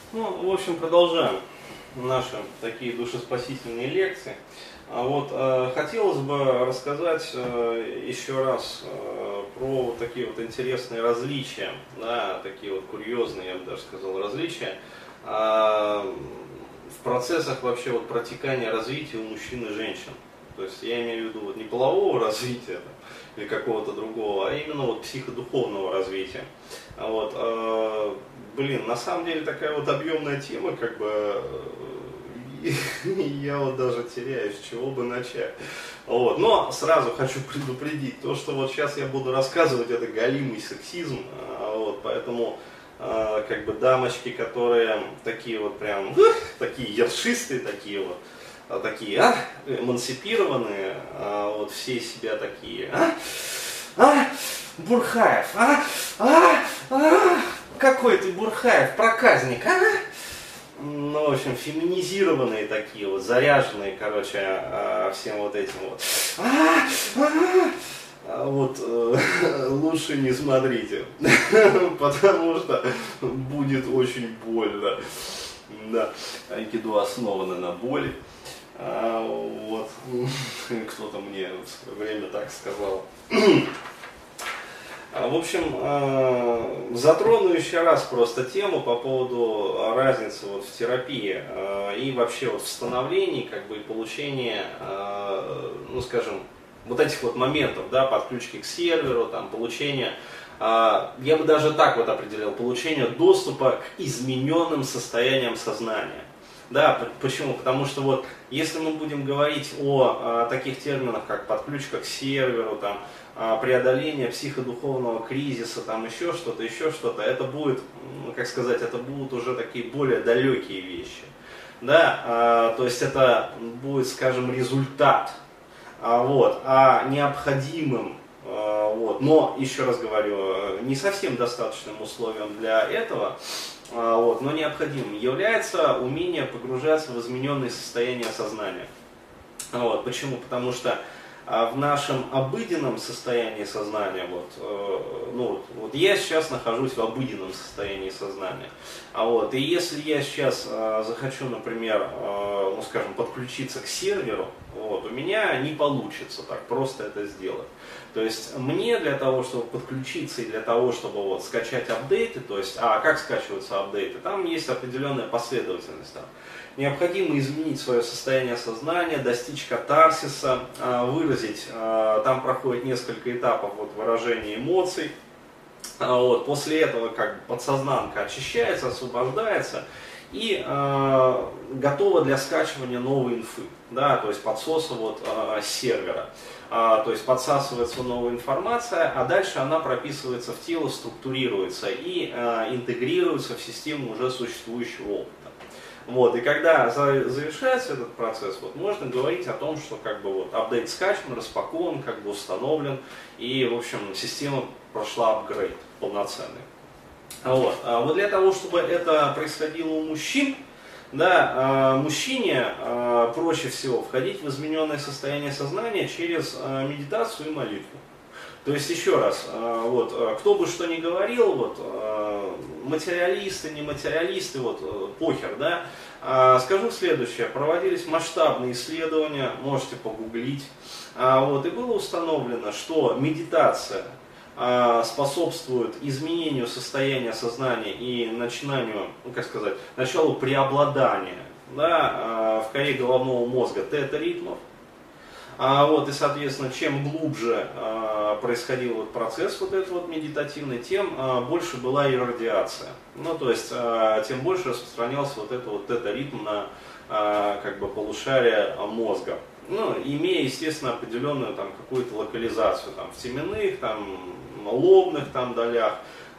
Ну, в общем, продолжаем наши такие душеспасительные лекции. Хотелось бы рассказать еще раз про вот такие вот интересные различия, да, такие вот курьезные, я бы даже сказал, различия в процессах вообще вот протекания развития у мужчин и женщин. То есть я имею в виду вот не полового развития там, или какого-то другого, а именно вот психодуховного развития. На самом деле такая вот объемная тема, как бы я вот даже теряюсь, с чего бы начать. Но сразу хочу предупредить, то, что вот сейчас я буду рассказывать, это галимый сексизм, поэтому как бы дамочки, которые такие вот прям, такие ершистые, такие вот, такие, эмансипированные, вот все из себя такие, Бурхаев, какой ты Бурхаев, проказник, Ну, в общем, феминизированные такие вот, заряженные, короче, всем вот этим вот. Лучше не смотрите, потому что будет очень больно. Да, айкидо основано на боли. Кто-то мне в свое время так сказал. В общем, затрону еще раз просто тему по поводу разницы вот в терапии и вообще вот в становлении, как бы, и получении, ну скажем, вот этих вот моментов, да, подключки к серверу, там, получения, я бы даже так вот определил, получение доступа к измененным состояниям сознания. Да, почему? Потому что вот если мы будем говорить о таких терминах, как подключка к серверу, там, преодоление психодуховного кризиса, там еще что-то, это будет, как сказать, это будут уже такие более далекие вещи. Да, то есть это будет, скажем, результат, необходимым, но, еще раз говорю, не совсем достаточным условием для этого, но необходимым является умение погружаться в измененные состояния сознания. Почему? Потому что в нашем обыденном состоянии сознания, я сейчас нахожусь в обыденном состоянии сознания, и если я сейчас захочу, например, подключиться к серверу, у меня не получится так просто это сделать. То есть мне для того, чтобы подключиться и для того, чтобы скачать апдейты, то есть, как скачиваются апдейты, там есть определенная последовательность. Необходимо изменить свое состояние сознания, достичь катарсиса, выразить, там проходит несколько этапов выражения эмоций. После этого как бы подсознанка очищается, освобождается и готова для скачивания новой инфы, да, то есть подсоса с сервера. То есть подсасывается новая информация, а дальше она прописывается в тело, структурируется и интегрируется в систему уже существующего опыта. И когда завершается этот процесс, можно говорить о том, что как бы апдейт скачан, распакован, как бы установлен, и в общем система прошла апгрейд полноценный. Для того, чтобы это происходило у мужчин, да, мужчине проще всего входить в измененное состояние сознания через медитацию и молитву. То есть, еще раз, кто бы что ни говорил, материалисты, не материалисты, похер, да, скажу следующее, проводились масштабные исследования, можете погуглить, и было установлено, что медитация способствует изменению состояния сознания и началу преобладания, да, в коре головного мозга тета-ритмов. И, соответственно, чем глубже происходил процесс этот медитативный, тем больше была иррадиация. То есть, тем больше распространялся этот тета-ритм на полушарие мозга. Имея, естественно, определенную какую-то локализацию в теменных, лобных долях,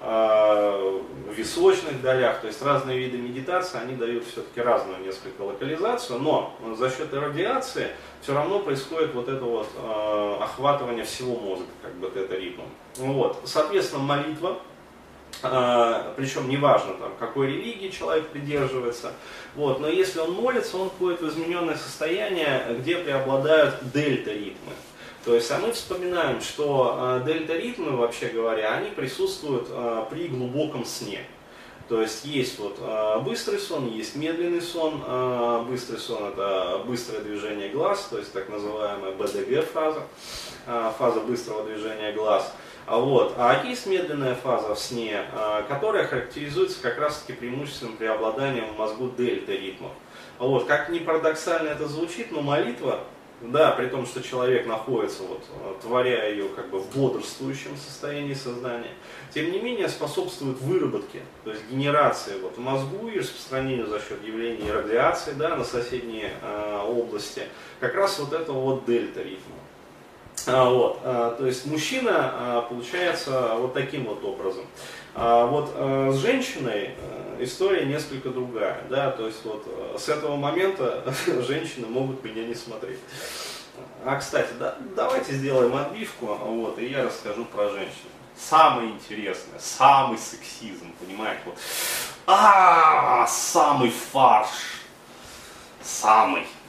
височных долях, то есть разные виды медитации, они дают все-таки разную несколько локализацию, но за счет иррадиации все равно происходит это охватывание всего мозга, тета-ритмом. Соответственно, молитва, причем неважно, какой религии человек придерживается, но если он молится, он входит в измененное состояние, где преобладают дельта-ритмы. То есть, мы вспоминаем, что дельта-ритмы, вообще говоря, они присутствуют при глубоком сне. То есть есть вот быстрый сон, есть медленный сон. Быстрый сон — это быстрое движение глаз, то есть так называемая БДГ-фаза, фаза быстрого движения глаз. А есть медленная фаза в сне, которая характеризуется как раз таки преимущественным преобладанием в мозгу дельта ритмов. Как ни парадоксально это звучит, но молитва, да, при том, что человек находится, творя ее как бы в бодрствующем состоянии сознания, тем не менее способствует выработке, то есть генерации в мозгу и распространению за счет явления радиации, да, на соседние области, как раз этого дельта ритма. То есть мужчина получается вот таким вот образом. С женщиной история несколько другая, да, то есть с этого момента женщины могут меня не смотреть. Кстати, давайте сделаем отбивку, и я расскажу про женщин. Самое интересное, самый сексизм, понимаете, самый фарш, самый.